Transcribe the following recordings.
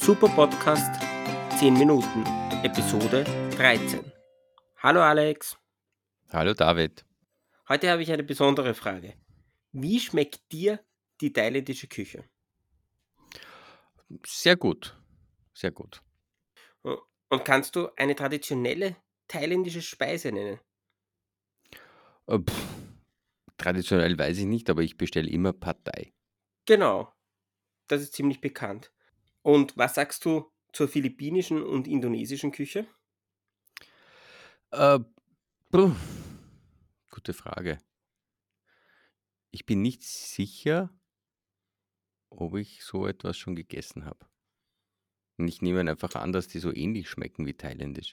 Super Podcast 10 Minuten, Episode 13. Hallo Alex, Hallo David. heute habe ich eine besondere Frage. Wie schmeckt dir die thailändische Küche? Sehr gut, sehr gut. Und kannst du eine traditionelle thailändische Speise nennen? Äh, pff, Traditionell weiß ich nicht, aber ich bestelle immer Pad Thai. Genau, das ist ziemlich bekannt. Und was sagst du zur philippinischen und indonesischen Küche? Äh, puh, Gute Frage. Ich bin nicht sicher, ob ich so etwas schon gegessen habe. Und ich nehme einfach an, dass die so ähnlich schmecken wie thailändisch.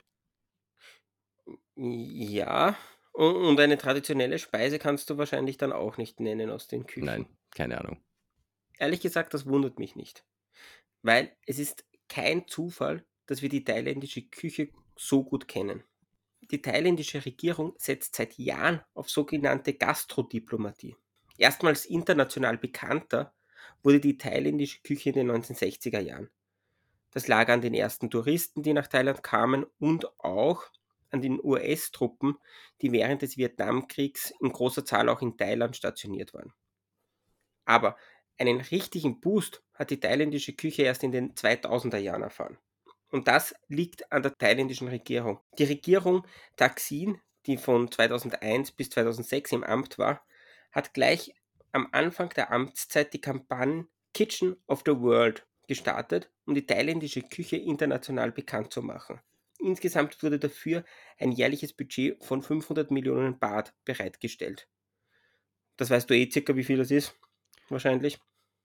Ja, und eine traditionelle Speise kannst du wahrscheinlich dann auch nicht nennen aus den Küchen. Nein, keine Ahnung. Ehrlich gesagt, das wundert mich nicht. Weil es ist kein Zufall, dass wir die thailändische Küche so gut kennen. Die thailändische Regierung setzt seit Jahren auf sogenannte Gastrodiplomatie. Erstmals international bekannter wurde die thailändische Küche in den 1960er Jahren. Das lag an den ersten Touristen, die nach Thailand kamen, und auch an den US-Truppen, die während des Vietnamkriegs in großer Zahl auch in Thailand stationiert waren. Aber einen richtigen Boost hat die thailändische Küche erst in den 2000er Jahren erfahren. Und das liegt an der thailändischen Regierung. Die Regierung Thaksin, die von 2001 bis 2006 im Amt war, hat gleich am Anfang der Amtszeit die Kampagne Kitchen of the World gestartet, um die thailändische Küche international bekannt zu machen. Insgesamt wurde dafür ein jährliches Budget von 500 Millionen Baht bereitgestellt. Das weißt du circa, wie viel das ist, wahrscheinlich.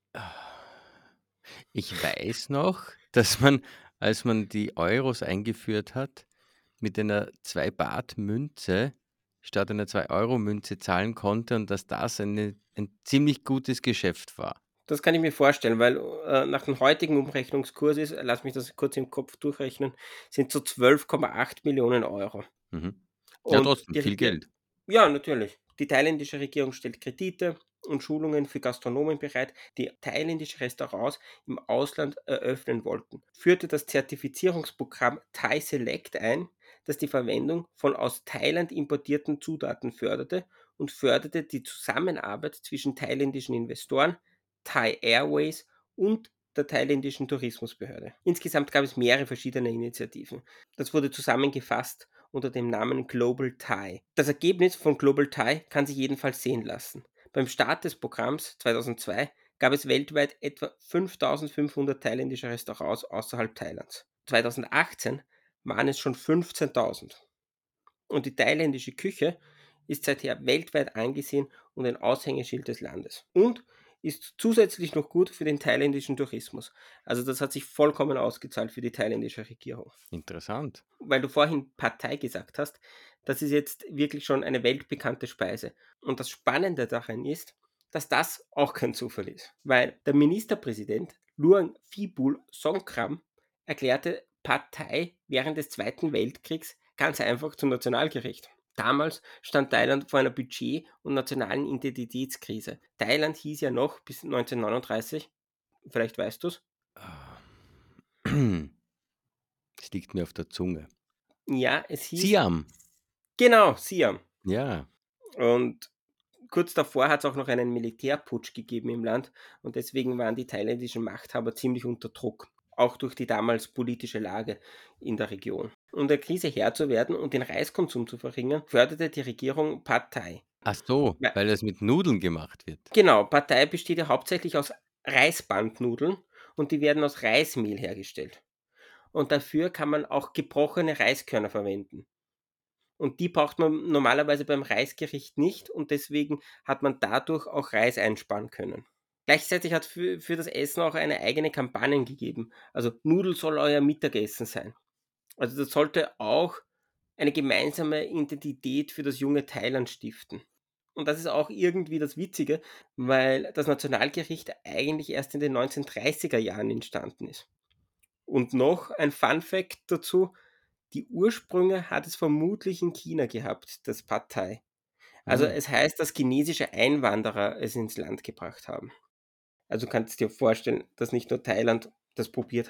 Ich weiß noch, dass man, als man die Euros eingeführt hat, mit einer 2 Baht Münze statt einer 2 Euro Münze zahlen konnte und dass das ein ziemlich gutes Geschäft war. Das kann ich mir vorstellen, weil nach dem heutigen Umrechnungskurs ist, lass mich das kurz im Kopf durchrechnen, sind so 12,8 Millionen Euro. Mhm. Ja, Und trotzdem die viel Regierung, Geld. ja, natürlich. Die thailändische Regierung stellt Kredite und Schulungen für Gastronomen bereit, die thailändische Restaurants im Ausland eröffnen wollten. Führte das Zertifizierungsprogramm Thai Select ein, das die Verwendung von aus Thailand importierten Zutaten förderte und förderte die Zusammenarbeit zwischen thailändischen Investoren, Thai Airways und der thailändischen Tourismusbehörde. Insgesamt gab es mehrere verschiedene Initiativen. Das wurde zusammengefasst unter dem Namen Global Thai. Das Ergebnis von Global Thai kann sich jedenfalls sehen lassen. Beim Start des Programms 2002 gab es weltweit etwa 5500 thailändische Restaurants außerhalb Thailands. 2018 waren es schon 15.000. Und die thailändische Küche ist seither weltweit angesehen und ein Aushängeschild des Landes. Und ist zusätzlich noch gut für den thailändischen Tourismus. Also das hat sich vollkommen ausgezahlt für die thailändische Regierung. Interessant. Weil du vorhin Partei gesagt hast, das ist jetzt wirklich schon eine weltbekannte Speise. Und das Spannende daran ist, dass das auch kein Zufall ist. Weil der Ministerpräsident Luang Pibul Songkhram erklärte Partei während des Zweiten Weltkriegs ganz einfach zum Nationalgericht. Damals stand Thailand vor einer Budget- und nationalen Identitätskrise. Thailand hieß ja noch bis 1939, vielleicht weißt du es. Ah. Es liegt mir auf der Zunge. Ja, es hieß, Siam. genau, Siam. Ja. Und kurz davor hat es auch noch einen Militärputsch gegeben im Land und deswegen waren die thailändischen Machthaber ziemlich unter Druck, auch durch die damals politische Lage in der Region. Um der Krise Herr zu werden und den Reiskonsum zu verringern, förderte die Regierung Pad Thai. Ach so, Ja, weil das mit Nudeln gemacht wird. genau, Pad Thai besteht ja hauptsächlich aus Reisbandnudeln und die werden aus Reismehl hergestellt. Und dafür kann man auch gebrochene Reiskörner verwenden. Und die braucht man normalerweise beim Reisgericht nicht und deswegen hat man dadurch auch Reis einsparen können. Gleichzeitig hat für das Essen auch eine eigene Kampagne gegeben. Also Nudel soll euer Mittagessen sein. Also das sollte auch eine gemeinsame Identität für das junge Thailand stiften. Und das ist auch irgendwie das Witzige, weil das Nationalgericht eigentlich erst in den 1930er Jahren entstanden ist. Und noch ein Fun Fact dazu: Die Ursprünge hat es vermutlich in China gehabt, das Pad Thai. Also Hm. es heißt, dass chinesische Einwanderer es ins Land gebracht haben. Also kannst du dir vorstellen, dass nicht nur Thailand das probiert hat,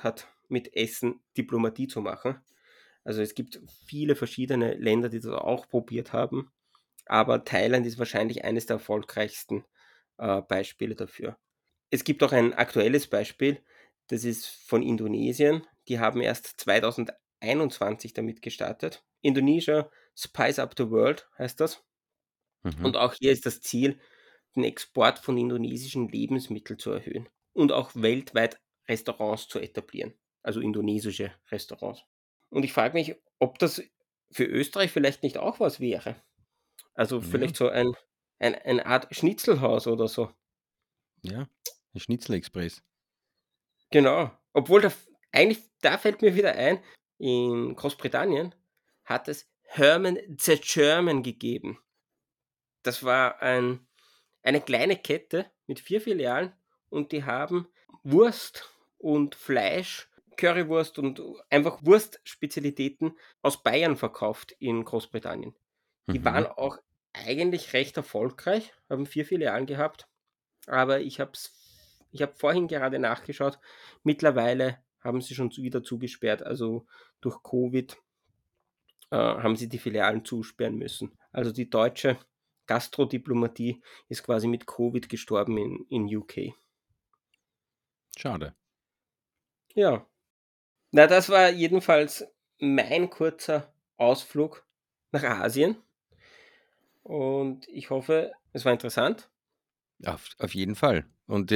mit Essen Diplomatie zu machen. Also es gibt viele verschiedene Länder, die das auch probiert haben, aber Thailand ist wahrscheinlich eines der erfolgreichsten Beispiele dafür. Es gibt auch ein aktuelles Beispiel, das ist von Indonesien. Die haben erst 2021 damit gestartet. Indonesia Spice Up the World heißt das. Mhm. Und auch hier ist das Ziel, den Export von indonesischen Lebensmitteln zu erhöhen und auch weltweit Restaurants zu etablieren, also indonesische Restaurants. Und ich frage mich, ob das für Österreich vielleicht nicht auch was wäre. Also Ja, vielleicht so eine Art Schnitzelhaus oder so. ja. Ein Schnitzel-Express. Genau. Obwohl eigentlich, da fällt mir wieder ein, in Großbritannien hat es Herman the German gegeben. Das war eine kleine Kette mit 4 Filialen und die haben Wurst und Fleisch, Currywurst und einfach Wurstspezialitäten aus Bayern verkauft in Großbritannien. Die waren Mhm. auch eigentlich recht erfolgreich, haben 4 Filialen gehabt, aber ich habe vorhin gerade nachgeschaut, mittlerweile haben sie schon wieder zugesperrt. Also, durch Covid, haben sie die Filialen zusperren müssen. Also, die deutsche Gastrodiplomatie ist quasi mit Covid gestorben in UK. Schade. Ja, na, das war jedenfalls mein kurzer Ausflug nach Asien und ich hoffe, es war interessant. Auf jeden Fall. Und,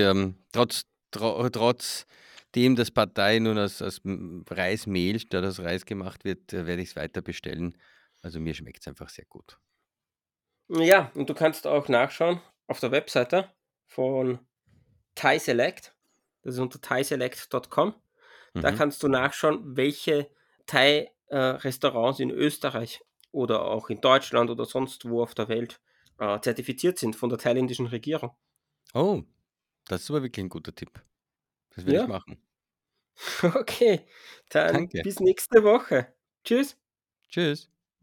trotzdem, dass Partei nun aus Reismehl statt aus Reis gemacht wird, werde ich es weiter bestellen. Also, mir schmeckt es einfach sehr gut. Ja, und du kannst auch nachschauen auf der Webseite von Thai Select. Das ist unter thaiselect.com. Da Mhm. kannst du nachschauen, welche Thai Restaurants in Österreich oder auch in Deutschland oder sonst wo auf der Welt, zertifiziert sind von der thailändischen Regierung. Oh, das ist aber wirklich ein guter Tipp. Das werde ich Ja, machen. okay, dann Danke. bis nächste Woche. Tschüss. Tschüss.